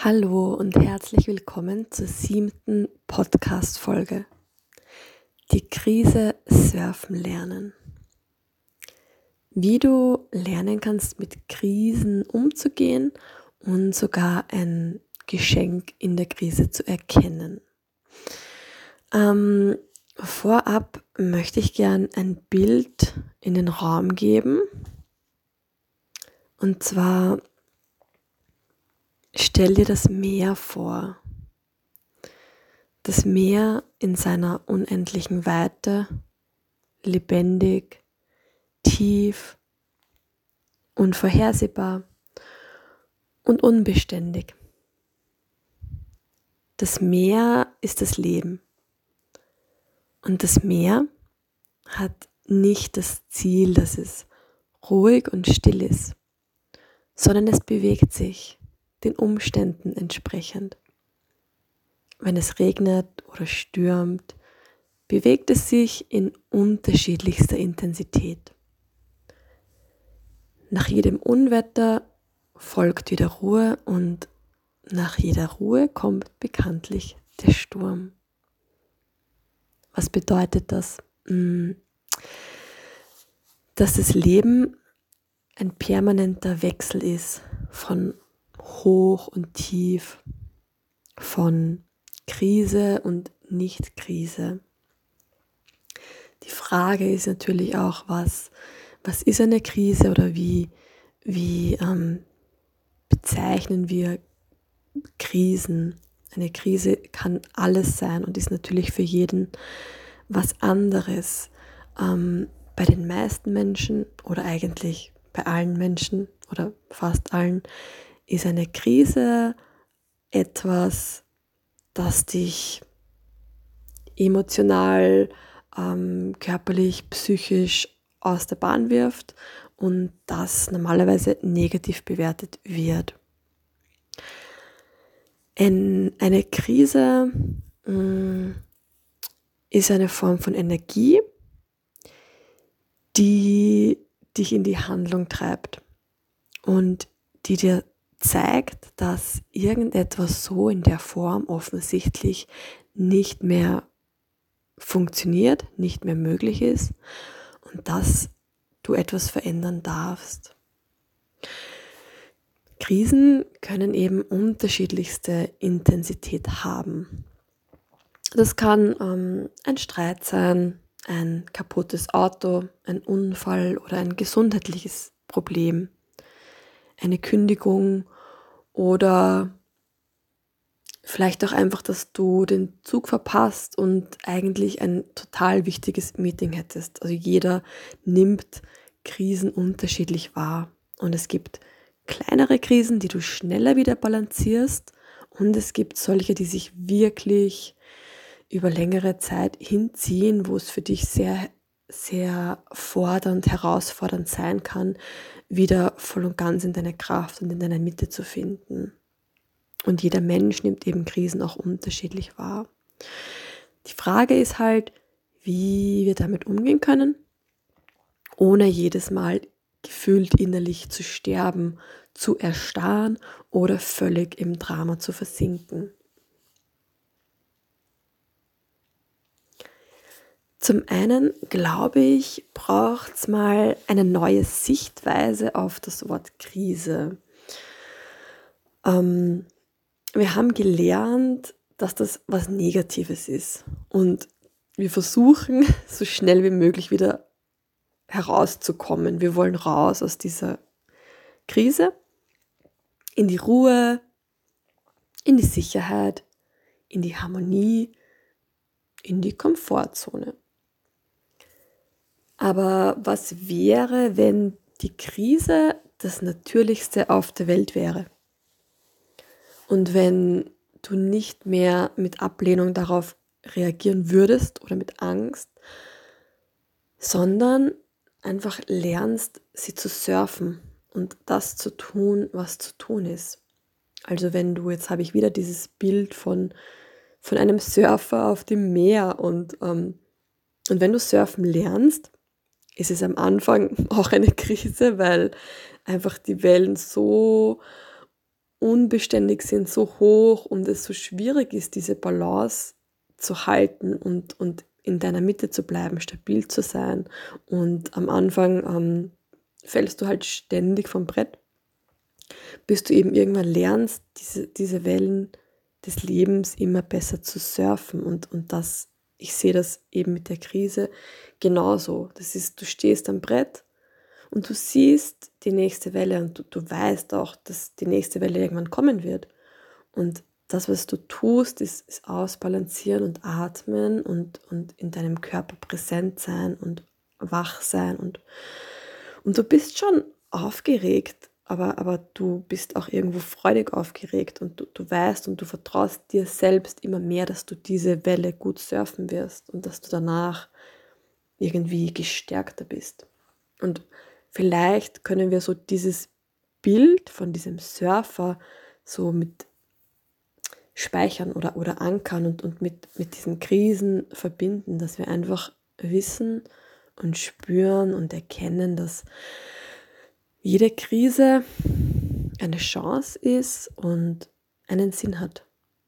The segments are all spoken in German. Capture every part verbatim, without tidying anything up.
Hallo und herzlich willkommen zur siebten Podcast-Folge. Die Krise surfen lernen. Wie du lernen kannst, mit Krisen umzugehen und sogar ein Geschenk in der Krise zu erkennen. Ähm, vorab möchte ich gern ein Bild in den Raum geben. Und zwar stell dir das Meer vor. Das Meer in seiner unendlichen Weite, lebendig, tief, unvorhersehbar und unbeständig. Das Meer ist das Leben. Und das Meer hat nicht das Ziel, dass es ruhig und still ist, sondern es bewegt sich den Umständen entsprechend. Wenn es regnet oder stürmt, bewegt es sich in unterschiedlichster Intensität. Nach jedem Unwetter folgt wieder Ruhe und nach jeder Ruhe kommt bekanntlich der Sturm. Was bedeutet das? Dass das Leben ein permanenter Wechsel ist von hoch und tief, von Krise und Nicht-Krise. Die Frage ist natürlich auch, was, was ist eine Krise oder wie, wie ähm, bezeichnen wir Krisen? Eine Krise kann alles sein und ist natürlich für jeden was anderes. Ähm, bei den meisten Menschen oder eigentlich bei allen Menschen oder fast allen ist eine Krise etwas, das dich emotional, ähm, körperlich, psychisch aus der Bahn wirft und das normalerweise negativ bewertet wird. In eine Krise mh, ist eine Form von Energie, die dich in die Handlung treibt und die dir zeigt, dass irgendetwas so in der Form offensichtlich nicht mehr funktioniert, nicht mehr möglich ist und dass du etwas verändern darfst. Krisen können eben unterschiedlichste Intensität haben. Das kann ähm, ein Streit sein, ein kaputtes Auto, ein Unfall oder ein gesundheitliches Problem, eine Kündigung oder vielleicht auch einfach, dass du den Zug verpasst und eigentlich ein total wichtiges Meeting hättest. Also jeder nimmt Krisen unterschiedlich wahr und es gibt kleinere Krisen, die du schneller wieder balancierst und es gibt solche, die sich wirklich über längere Zeit hinziehen, wo es für dich sehr, sehr fordernd, herausfordernd sein kann, wieder voll und ganz in deine Kraft und in deine Mitte zu finden. Und jeder Mensch nimmt eben Krisen auch unterschiedlich wahr. Die Frage ist halt, wie wir damit umgehen können, ohne jedes Mal gefühlt innerlich zu sterben, zu erstarren oder völlig im Drama zu versinken. Zum einen, glaube ich, braucht es mal eine neue Sichtweise auf das Wort Krise. Ähm, wir haben gelernt, dass das was Negatives ist und wir versuchen, so schnell wie möglich wieder herauszukommen. Wir wollen raus aus dieser Krise, in die Ruhe, in die Sicherheit, in die Harmonie, in die Komfortzone. Aber was wäre, wenn die Krise das Natürlichste auf der Welt wäre? Und wenn du nicht mehr mit Ablehnung darauf reagieren würdest oder mit Angst, sondern einfach lernst, sie zu surfen und das zu tun, was zu tun ist. Also wenn du, jetzt habe ich wieder dieses Bild von, von einem Surfer auf dem Meer und, ähm, und wenn du surfen lernst, ist es am Anfang auch eine Krise, weil einfach die Wellen so unbeständig sind, so hoch und es so schwierig ist, diese Balance zu halten und, und in deiner Mitte zu bleiben, stabil zu sein. Und am Anfang ähm, fällst du halt ständig vom Brett, bis du eben irgendwann lernst, diese, diese Wellen des Lebens immer besser zu surfen. Und, und das, ich sehe das eben mit der Krise genauso. Das ist, du stehst am Brett und du siehst die nächste Welle und du, du weißt auch, dass die nächste Welle irgendwann kommen wird. Und das, was du tust, ist, ist ausbalancieren und atmen und, und in deinem Körper präsent sein und wach sein. Und, und du bist schon aufgeregt, aber, aber du bist auch irgendwo freudig aufgeregt und du, du weißt und du vertraust dir selbst immer mehr, dass du diese Welle gut surfen wirst und dass du danach irgendwie gestärkter bist. Und vielleicht können wir so dieses Bild von diesem Surfer so mit speichern oder, oder ankern und, und mit, mit diesen Krisen verbinden, dass wir einfach wissen und spüren und erkennen, dass jede Krise eine Chance ist und einen Sinn hat.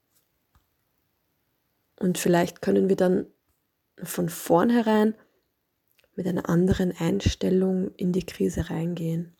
Und vielleicht können wir dann von vornherein mit einer anderen Einstellung in die Krise reingehen.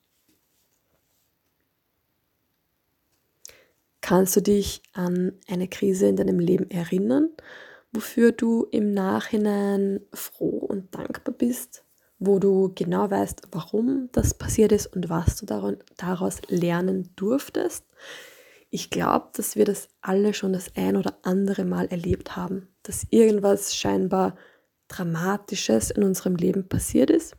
Kannst du dich an eine Krise in deinem Leben erinnern, wofür du im Nachhinein froh und dankbar bist, wo du genau weißt, warum das passiert ist und was du daraus lernen durftest? Ich glaube, dass wir das alle schon das ein oder andere Mal erlebt haben, dass irgendwas scheinbar Dramatisches in unserem Leben passiert ist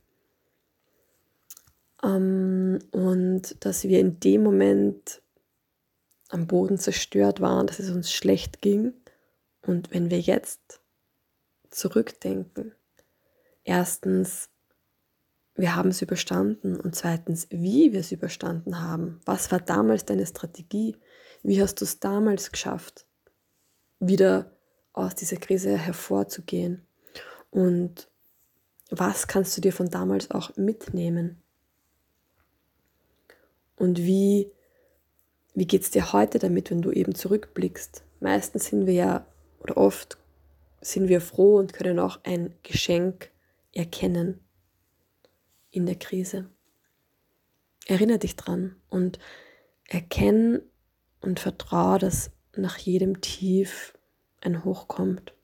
ähm, und dass wir in dem Moment am Boden zerstört waren, dass es uns schlecht ging. Und wenn wir jetzt zurückdenken, erstens, wir haben es überstanden und zweitens, wie wir es überstanden haben. Was war damals deine Strategie? Wie hast du es damals geschafft, wieder aus dieser Krise hervorzugehen? Und was kannst du dir von damals auch mitnehmen? Und wie, wie geht es dir heute damit, wenn du eben zurückblickst? Meistens sind wir ja, oder oft sind wir froh und können auch ein Geschenk erkennen in der Krise. Erinnere dich dran und erkenn und vertraue, dass nach jedem Tief ein Hoch kommt.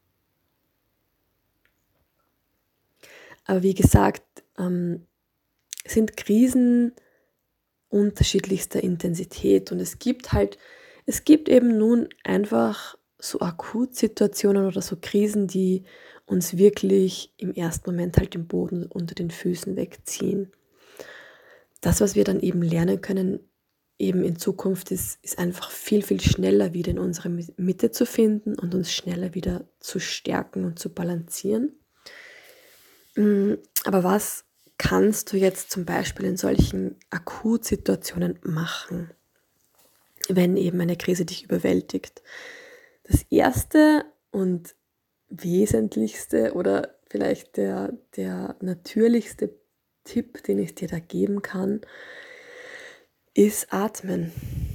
Aber wie gesagt, ähm, sind Krisen unterschiedlichster Intensität und es gibt halt, es gibt eben nun einfach so Akutsituationen oder so Krisen, die uns wirklich im ersten Moment halt den Boden unter den Füßen wegziehen. Das, was wir dann eben lernen können, eben in Zukunft ist, ist einfach viel, viel schneller wieder in unsere Mitte zu finden und uns schneller wieder zu stärken und zu balancieren. Aber was kannst du jetzt zum Beispiel in solchen Akutsituationen machen, wenn eben eine Krise dich überwältigt? Das erste und wesentlichste oder vielleicht der, der natürlichste Tipp, den ich dir da geben kann, ist Atmen.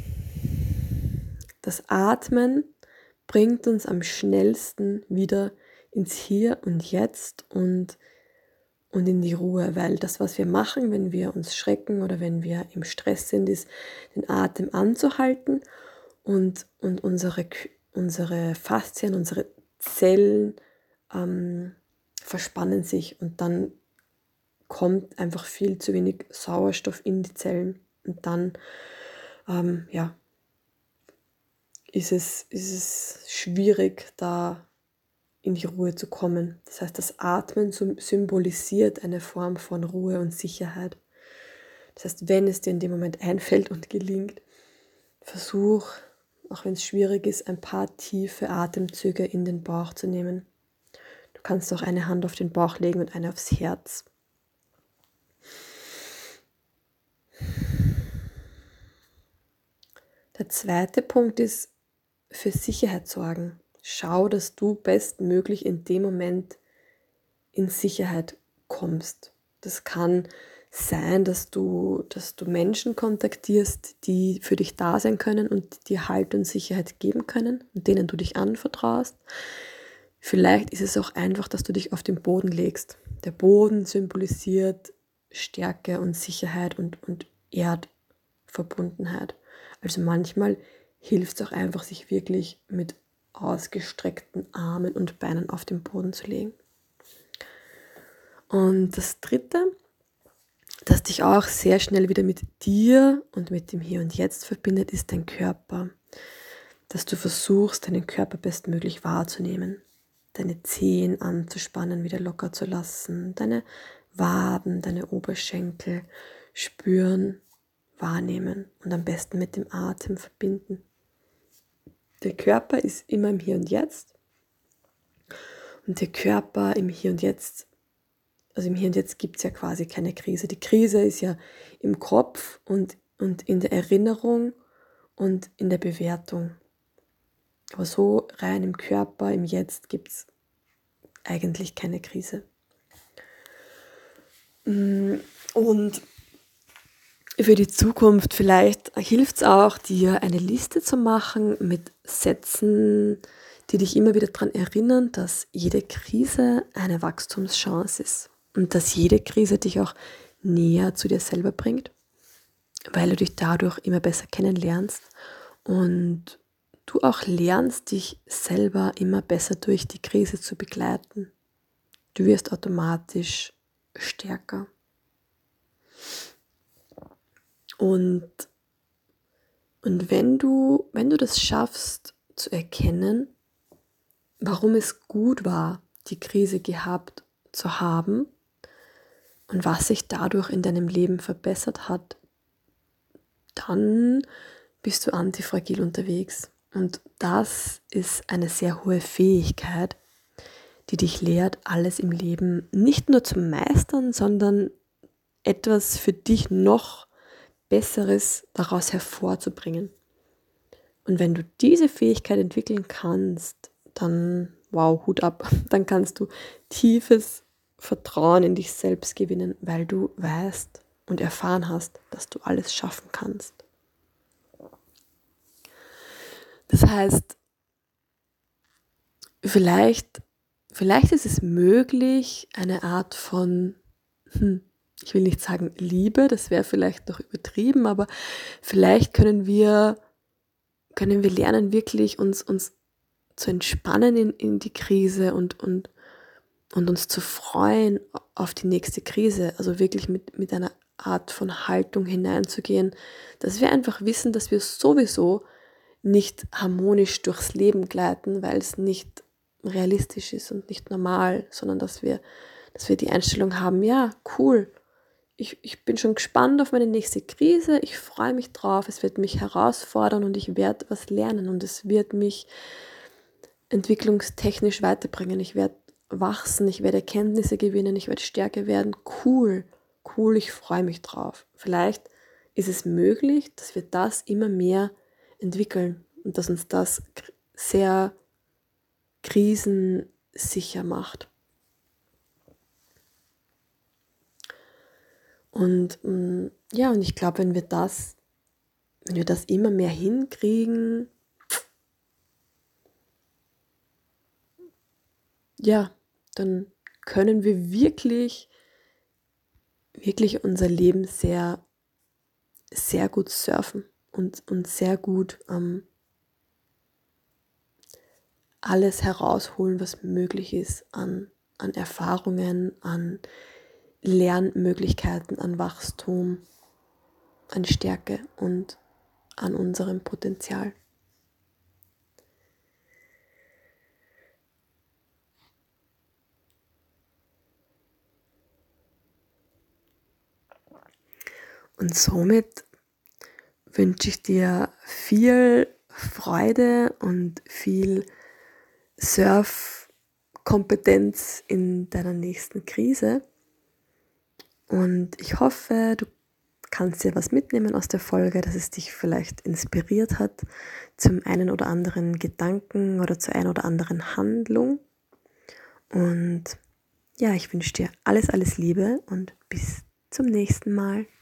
Das Atmen bringt uns am schnellsten wieder ins Hier und Jetzt und, und in die Ruhe, weil das, was wir machen, wenn wir uns schrecken oder wenn wir im Stress sind, ist, den Atem anzuhalten und, und unsere, unsere Faszien, unsere Zellen ähm, verspannen sich und dann kommt einfach viel zu wenig Sauerstoff in die Zellen und dann ähm, ja, ist es, ist es schwierig, da in die Ruhe zu kommen. Das heißt, das Atmen symbolisiert eine Form von Ruhe und Sicherheit. Das heißt, wenn es dir in dem Moment einfällt und gelingt, versuch, auch wenn es schwierig ist, ein paar tiefe Atemzüge in den Bauch zu nehmen. Du kannst auch eine Hand auf den Bauch legen und eine aufs Herz. Der zweite Punkt ist, für Sicherheit sorgen. Schau, dass du bestmöglich in dem Moment in Sicherheit kommst. Das kann sein, dass du, dass du Menschen kontaktierst, die für dich da sein können und dir Halt und Sicherheit geben können und denen du dich anvertraust. Vielleicht ist es auch einfach, dass du dich auf den Boden legst. Der Boden symbolisiert Stärke und Sicherheit und, und Erdverbundenheit. Also manchmal hilft es auch einfach, sich wirklich mit ausgestreckten Armen und Beinen auf den Boden zu legen. Und das Dritte, das dich auch sehr schnell wieder mit dir und mit dem Hier und Jetzt verbindet, ist dein Körper. Dass du versuchst, deinen Körper bestmöglich wahrzunehmen. Deine Zehen anzuspannen, wieder locker zu lassen. Deine Waden, deine Oberschenkel spüren, wahrnehmen und am besten mit dem Atem verbinden. Der Körper ist immer im Hier und Jetzt. Und der Körper im Hier und Jetzt, also im Hier und Jetzt gibt es ja quasi keine Krise. Die Krise ist ja im Kopf und, und in der Erinnerung und in der Bewertung. Aber so rein im Körper, im Jetzt gibt es eigentlich keine Krise. Und für die Zukunft vielleicht hilft es auch, dir eine Liste zu machen mit Sätzen, die dich immer wieder daran erinnern, dass jede Krise eine Wachstumschance ist und dass jede Krise dich auch näher zu dir selber bringt, weil du dich dadurch immer besser kennenlernst und du auch lernst, dich selber immer besser durch die Krise zu begleiten. Du wirst automatisch stärker. Und, und wenn du, wenn du das schaffst zu erkennen, warum es gut war, die Krise gehabt zu haben und was sich dadurch in deinem Leben verbessert hat, dann bist du antifragil unterwegs. Und das ist eine sehr hohe Fähigkeit, die dich lehrt, alles im Leben nicht nur zu meistern, sondern etwas für dich noch Besseres daraus hervorzubringen. Und wenn du diese Fähigkeit entwickeln kannst, dann, wow, Hut ab, dann kannst du tiefes Vertrauen in dich selbst gewinnen, weil du weißt und erfahren hast, dass du alles schaffen kannst. Das heißt, vielleicht, vielleicht ist es möglich, eine Art von, hm, ich will nicht sagen Liebe, das wäre vielleicht noch übertrieben, aber vielleicht können wir, können wir lernen, wirklich uns, uns zu entspannen in, in die Krise und, und, und uns zu freuen auf die nächste Krise. Also wirklich mit, mit einer Art von Haltung hineinzugehen, dass wir einfach wissen, dass wir sowieso nicht harmonisch durchs Leben gleiten, weil es nicht realistisch ist und nicht normal, sondern dass wir, dass wir die Einstellung haben, ja, cool, ich, ich bin schon gespannt auf meine nächste Krise, ich freue mich drauf, es wird mich herausfordern und ich werde was lernen und es wird mich entwicklungstechnisch weiterbringen, ich werde wachsen, ich werde Erkenntnisse gewinnen, ich werde stärker werden, cool, cool, ich freue mich drauf. Vielleicht ist es möglich, dass wir das immer mehr entwickeln und dass uns das sehr krisensicher macht. Und ja, und ich glaube, wenn wir das, wenn wir das immer mehr hinkriegen, ja, dann können wir wirklich, wirklich unser Leben sehr, sehr gut surfen und, und sehr gut ähm, alles herausholen, was möglich ist an, an Erfahrungen, an Lernmöglichkeiten, an Wachstum, an Stärke und an unserem Potenzial. Und somit wünsche ich dir viel Freude und viel Surfkompetenz in deiner nächsten Krise. Und ich hoffe, du kannst dir was mitnehmen aus der Folge, dass es dich vielleicht inspiriert hat zum einen oder anderen Gedanken oder zur einen oder anderen Handlung. Und ja, ich wünsche dir alles, alles Liebe und bis zum nächsten Mal.